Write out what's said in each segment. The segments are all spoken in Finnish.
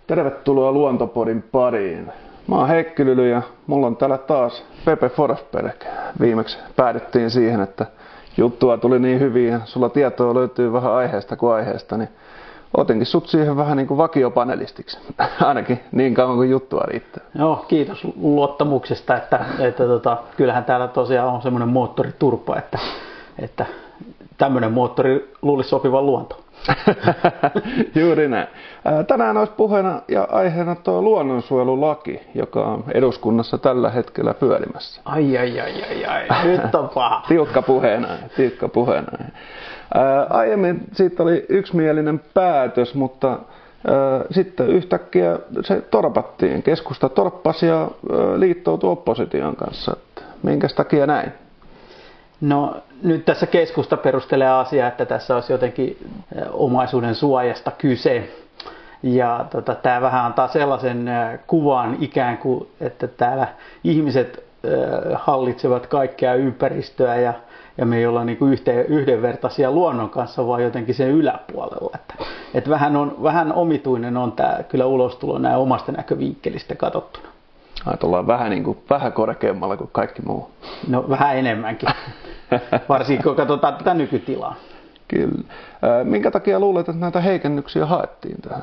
Tervetuloa Luontopodin pariin. Mä oon Heikki Lyly ja mulla on täällä taas Pepe Forsberg. Viimeksi päädyttiin siihen, että juttua tuli niin hyvin ja sulla tietoa löytyy vähän aiheesta kuin aiheesta, niin otinkin sut siihen vähän niin kuin vakiopanelistiksi. Ainakin niin kauan kuin juttua riittää. Joo, kiitos luottamuksesta, että kyllähän täällä tosiaan on semmoinen moottoriturpa, että tämmöinen moottori luulisi sopivan luontoon. Juuri näin. Tänään olisi puheena ja aiheena tuo luonnonsuojelulaki, joka on eduskunnassa tällä hetkellä pyörimässä. Ai, nyt on paha. Tiukka puheena. Aiemmin siitä oli yksimielinen päätös, mutta sitten yhtäkkiä se torpattiin. Keskusta torppasi ja liittoutui opposition kanssa. Minkäs takia näin? No nyt tässä keskusta perustelee asiaa, että tässä olisi jotenkin omaisuuden suojasta kyse. Ja tämä vähän antaa sellaisen kuvan ikään kuin, että täällä ihmiset hallitsevat kaikkea ympäristöä ja me ei olla niin kuin yhdenvertaisia luonnon kanssa, vaan jotenkin sen yläpuolella. Että vähän omituinen on tämä kyllä ulostulo näin omasta näkövinkkelistä katsottuna. Ollaan vähän korkeammalla kuin kaikki muu. No vähän enemmänkin, varsinkin kun katsotaan tätä nykytilaa. Kyllä. Minkä takia luulet, että näitä heikennyksiä haettiin tähän?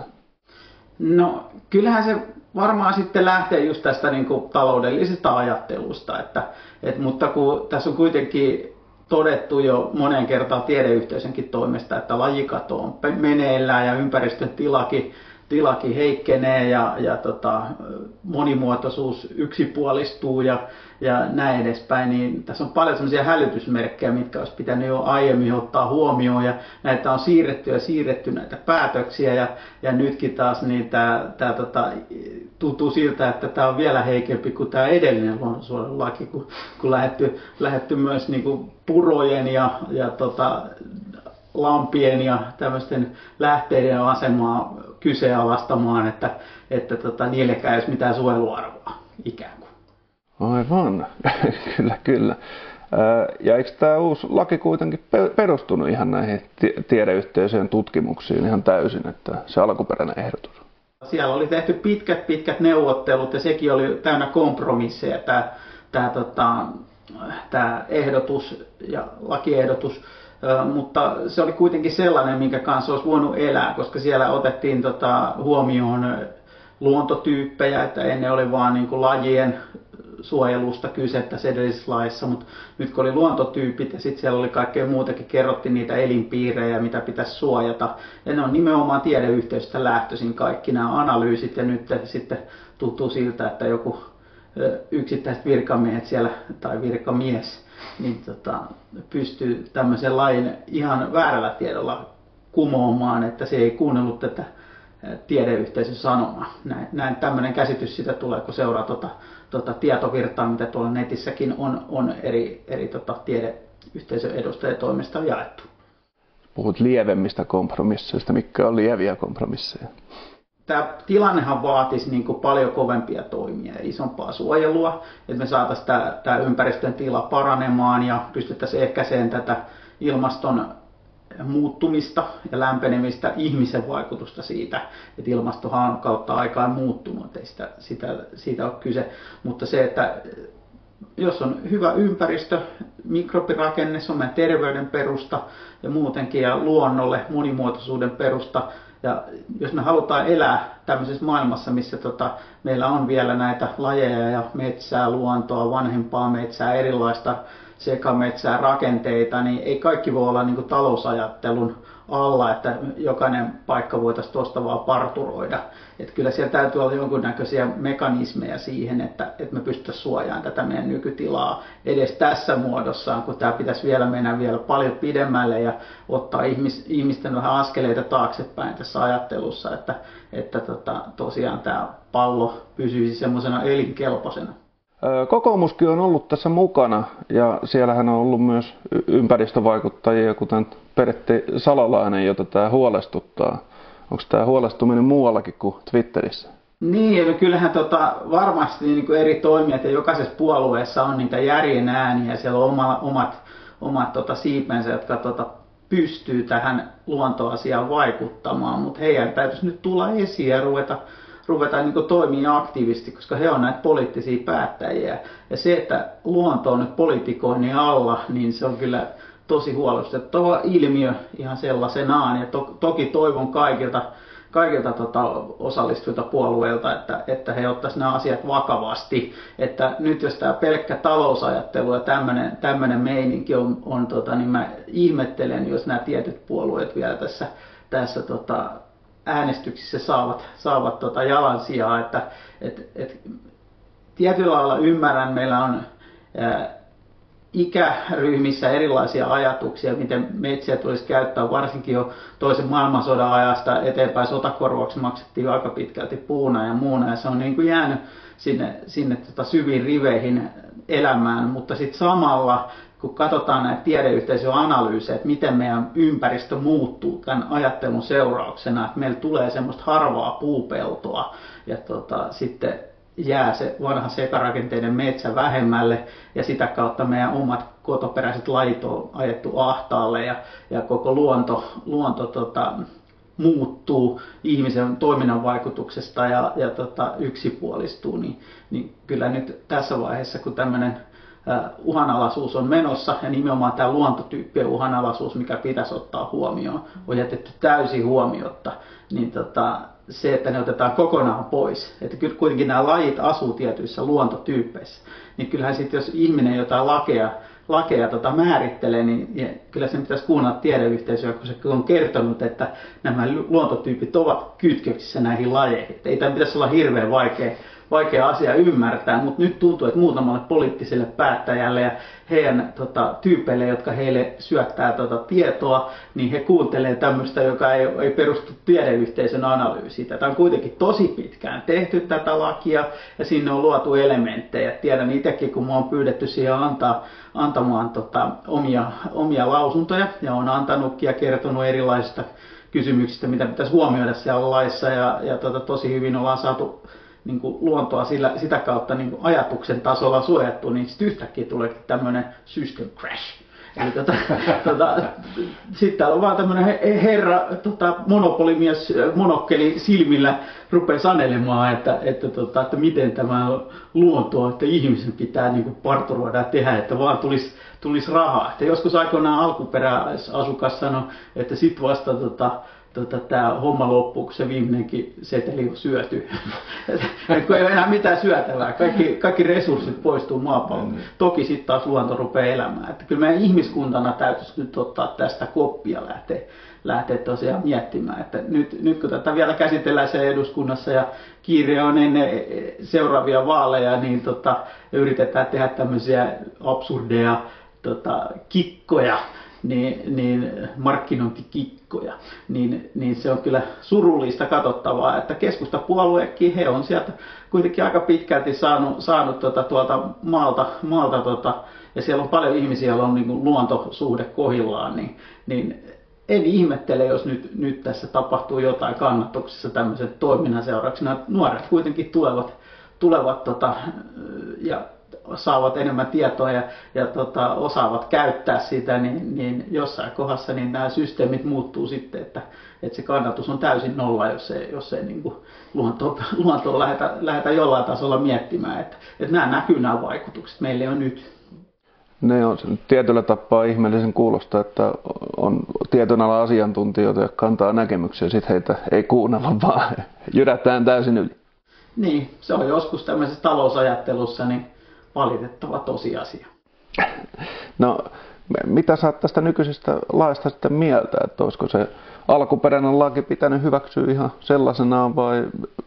No kyllähän se varmaan sitten lähtee just tästä niin kuin taloudellisesta ajattelusta, mutta kun tässä on kuitenkin todettu jo monen kertaan tiedeyhteisönkin toimesta, että lajikato on meneillään ja ympäristön tilakin heikkenee ja monimuotoisuus yksipuolistuu ja näin edespäin, niin tässä on paljon sellaisia hälytysmerkkejä, mitkä olisi pitänyt jo aiemmin ottaa huomioon ja näitä on siirretty näitä päätöksiä ja nytkin taas niin tämä tuntuu siltä, että tämä on vielä heikempi kuin tämä edellinen luonnonsuojelulaki, kun lähdetty myös niin kuin purojen ja lampien ja tämmöisten lähteiden asemaa kyseenalaistamaan, että niillekään ei olisi mitään suojeluarvoa ikään kuin. Aivan, kyllä. Ja eikö tämä uusi laki kuitenkin perustunut ihan näihin tiedeyhteisöjen tutkimuksiin ihan täysin, että se alkuperäinen ehdotus? Siellä oli tehty pitkät neuvottelut ja sekin oli täynnä kompromisseja tämä ehdotus ja lakiehdotus. Mutta se oli kuitenkin sellainen, minkä kanssa olisi voinut elää, koska siellä otettiin huomioon luontotyyppejä, että ennen oli vain niin kuin lajien suojelusta kyse tässä edellisessä laissa, mutta nyt kun oli luontotyypit ja sitten siellä oli kaikkea muutakin, kerrottiin niitä elinpiirejä, mitä pitäisi suojata. Ja ne on nimenomaan tiedeyhteisöstä lähtöisin kaikki nämä analyysit ja nyt sitten tuntuu siltä, että joku yksittäiset virkamiehet siellä tai virkamies niin pystyy tämmöisen lain ihan väärällä tiedolla kumoamaan, että se ei kuunnellut tätä tiedeyhteisön sanomaa. Näin tämmöinen käsitys sitä tulee, kun seuraa tietovirtaa, mitä tuolla netissäkin on eri tiedeyhteisön edustajien toimesta jaettu. Puhut lievemmistä kompromisseista. Mitkä on lieviä kompromisseja? Tämä tilannehan vaatisi niin kuin paljon kovempia toimia ja isompaa suojelua, että me saataisiin tämä ympäristön tila paranemaan ja pystyttäisiin ehkäiseen tätä ilmaston muuttumista ja lämpenemistä, ihmisen vaikutusta siitä, että ilmastohan on kautta aikaan muuttunut, ei siitä ole kyse, mutta se, että jos on hyvä ympäristö, mikrobirakenne, se on meidän terveyden perusta ja muutenkin ja luonnolle monimuotoisuuden perusta. Ja jos me halutaan elää tämmöisessä maailmassa, missä meillä on vielä näitä lajeja ja metsää, luontoa, vanhempaa metsää, erilaista sekametsää, rakenteita, niin ei kaikki voi olla niin kuin talousajattelun alla, että jokainen paikka voitaisiin tuosta vaan parturoida. Että kyllä siellä täytyy olla jonkunnäköisiä mekanismeja siihen, että me pystyttäisiin suojaamaan tätä meidän nykytilaa edes tässä muodossaan, kun tämä pitäisi vielä mennä vielä paljon pidemmälle ja ottaa ihmisten vähän askeleita taaksepäin tässä ajattelussa, että tosiaan tämä pallo pysyisi semmoisena elinkelpoisena. Kokoomuskin on ollut tässä mukana ja siellähän on ollut myös ympäristövaikuttajia, kuten Pertti Salolainen, jota tämä huolestuttaa. Onko tämä huolestuminen muuallakin kuin Twitterissä? Niin, ja kyllähän varmasti niin kuin eri toimijat ja jokaisessa puolueessa on niitä järjen ääniä ja siellä on omat siipensä, jotka pystyy tähän luontoasiaan vaikuttamaan, mutta heidän täytyisi nyt tulla esiin ja ruveta ruveta niin kuin toimia aktiivisesti, koska he on näitä poliittisia päättäjiä. Ja se, että luonto on nyt politikoinnin alla, niin se on kyllä tosi huolestuttava ilmiö ihan sellaisenaan. Ja toki toivon kaikilta osallistuvilta puolueilta, että he ottaisivat nämä asiat vakavasti. Että nyt jos tämä pelkkä talousajattelu ja tämmöinen meininki on niin mä ihmettelen, jos nämä tietyt puolueet vielä tässä äänestyksissä saavat jalansijaa. Että tietyllä lailla ymmärrän, meillä on ikäryhmissä erilaisia ajatuksia, miten metsiä tulisi käyttää, varsinkin jo toisen maailmansodan ajasta eteenpäin sotakorvauksia maksettiin aika pitkälti puuna ja muuna, ja se on niin kuin jäänyt sinne syviin riveihin elämään, mutta sitten samalla, kun katsotaan näitä tiedeyhteisön analyysejä, että miten meidän ympäristö muuttuu tämän ajattelun seurauksena, että meillä tulee semmoista harvaa puupeltoa, ja sitten jää se vanha sekarakenteinen metsä vähemmälle ja sitä kautta meidän omat kotoperäiset lajit on ajettu ahtaalle ja koko luonto muuttuu ihmisen toiminnan vaikutuksesta ja yksipuolistuu, niin kyllä nyt tässä vaiheessa, kun tämmöinen uhanalaisuus on menossa ja nimenomaan tämä luontotyyppien uhanalaisuus, mikä pitäisi ottaa huomioon, on jätetty täysin huomiotta, niin se, että ne otetaan kokonaan pois, että kyllä kuitenkin nämä lajit asuu tietyissä luontotyyppeissä, niin kyllähän sitten jos ihminen jotain lakeja määrittelee, niin kyllä sen pitäisi kuunnella tiedeyhteisöä, kun se on kertonut, että nämä luontotyypit ovat kytköksissä näihin lajeihin. Ei tämä pitäisi olla hirveän vaikea asia ymmärtää, mutta nyt tuntuu, että muutamalle poliittiselle päättäjälle ja heidän tyypeille, jotka heille syöttää tietoa, niin he kuuntelee tämmöistä, joka ei perustu tiedeyhteisön analyysiin. Tätä on kuitenkin tosi pitkään tehty tätä lakia ja sinne on luotu elementtejä. Tiedän itsekin, kun minua on pyydetty siihen antamaan omia lausuntoja ja olen antanutkin ja kertonut erilaisista kysymyksistä, mitä pitäisi huomioida siellä laissa ja tosi hyvin ollaan saatu niin kuin luontoa sitä kautta niin kuin ajatuksen tasolla suojattu, niin sitten yhtäkkiä tuleekin tämmöinen system crash. Eli sitten täällä on vaan tämmöinen herra monopolimies monokkeli silmillä rupeaa sanelemaan, että miten tämä luontoa, että ihmisen pitää niin kuin parturoida ja tehdä, että vaan tulisi rahaa. Että joskus aikoinaan alkuperäisasukas sanoi, että sitten vasta tämä homma loppuu, kun se viimeinenkin seteli on syöty. Kun ei ole enää mitään syötävää, kaikki resurssit poistuu maapallolta. Toki sitten taas luonto rupeaa elämään. Että kyllä meidän ihmiskuntana täytyisi nyt ottaa tästä koppia lähteä tosiaan miettimään. Että nyt kun tätä vielä käsitellään se eduskunnassa ja kiire on ennen seuraavia vaaleja, niin yritetään tehdä tämmöisiä absurdeja kikkoja, niin markkinointikikkoja, niin se on kyllä surullista katsottavaa, että keskustapuoluekin he on sieltä kuitenkin aika pitkälti saanut tuolta maalta ja siellä on paljon ihmisiä, joilla on niin kuin luontosuhde kohillaan, niin en ihmettele, jos nyt tässä tapahtuu jotain kannatuksessa tämmöisen toiminnan seurauksena. Nuoret kuitenkin tulevat ja saavat enemmän tietoa ja osaavat käyttää sitä, niin jossain kohdassa niin nämä systeemit muuttuu sitten, että se kannatus on täysin nolla, jos ei niin kuin luontoa lähdetä jollain tasolla miettimään, että nämä näkyy nämä vaikutukset meille on nyt. Ne on tietyllä tapaa ihmeellisen kuulosta, että on tietyn alan asiantuntijoita, jotka kantaa näkemyksiä, sitten heitä ei kuunnella, vaan jyrätään täysin yli. Niin, se on joskus tämmöisessä talousajattelussa niin valitettava tosiasia. No, mitä sä oot tästä nykyisestä laista sitten mieltä, että olisiko se alkuperäinen laki pitänyt hyväksyä ihan sellaisenaan vai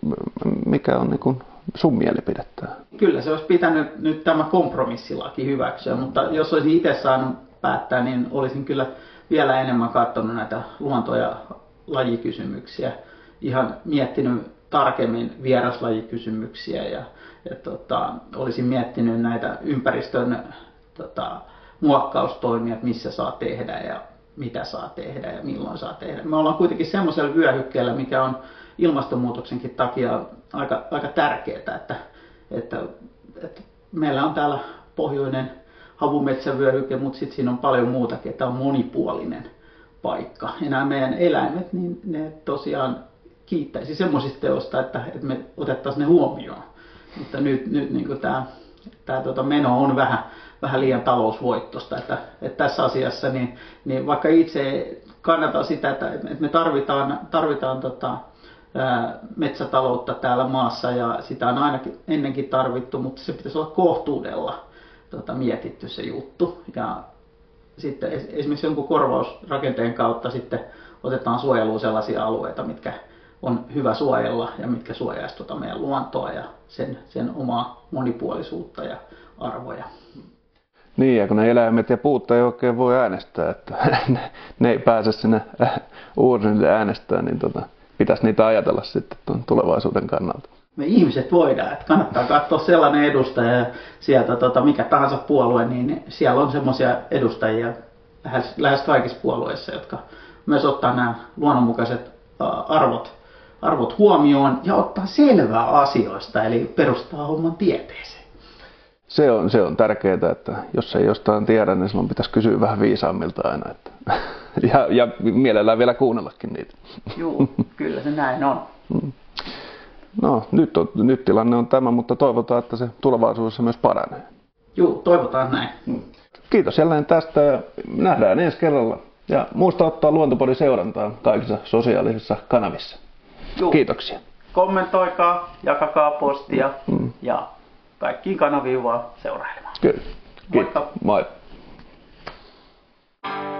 mikä on niin kuin sun mielipidettä? Kyllä se olisi pitänyt nyt tämä kompromissilaki hyväksyä, mutta jos olisin itse saanut päättää, niin olisin kyllä vielä enemmän katsonut näitä luonto- ja lajikysymyksiä, ihan miettinyt tarkemmin vieraslajikysymyksiä ja olisin miettinyt näitä ympäristön muokkaustoimia, että missä saa tehdä ja mitä saa tehdä ja milloin saa tehdä. Me ollaan kuitenkin semmoisella vyöhykkeellä, mikä on ilmastonmuutoksenkin takia aika tärkeää, että meillä on täällä pohjoinen havumetsävyöhyke, mutta sitten siinä on paljon muutakin, että on monipuolinen paikka. Ja nämä meidän eläimet, niin ne tosiaan kiittäisi semmoisista teoista, että me otettaisiin ne huomioon. Mutta nyt niin tämä meno on vähän liian talousvoittosta, että tässä asiassa niin vaikka itse kannatan sitä, että me tarvitaan metsätaloutta täällä maassa ja sitä on ainakin ennenkin tarvittu, mutta se pitäisi olla kohtuudella mietitty se juttu. Ja sitten esimerkiksi jonkun korvausrakenteen kautta sitten otetaan suojeluun sellaisia alueita, mitkä on hyvä suojella ja mitkä suojaisi meidän luontoa ja sen omaa monipuolisuutta ja arvoja. Niin, ja kun ne eläimet ja puut ei oikein voi äänestää, että ne ei pääse sinne urnille äänestää, niin pitäisi niitä ajatella sitten tuon tulevaisuuden kannalta. Me ihmiset voidaan, että kannattaa katsoa sellainen edustaja sieltä mikä tahansa puolue, niin siellä on semmoisia edustajia lähes kaikissa puolueissa, jotka myös ottaa nämä luonnonmukaiset arvot huomioon ja ottaa selvää asioista, eli perustaa homman tieteeseen. Se on tärkeää, että jos ei jostain tiedä, niin silloin pitäisi kysyä vähän viisaammilta aina. Että ja mielellään vielä kuunnellakin niitä. Joo, kyllä se näin on. No, nyt tilanne on tämä, mutta toivotaan, että se tulevaisuudessa myös paranee. Joo, toivotaan näin. Kiitos jälleen tästä. Nähdään ensi kerralla. Ja muista ottaa Luontopodin seurantaa kaikissa sosiaalisissa kanavissa. Joo. Kiitoksia. Kommentoikaa, jakakaa postia ja kaikkiin kanaviin vaan seurailemaan. Kyllä. Moikka. Moi.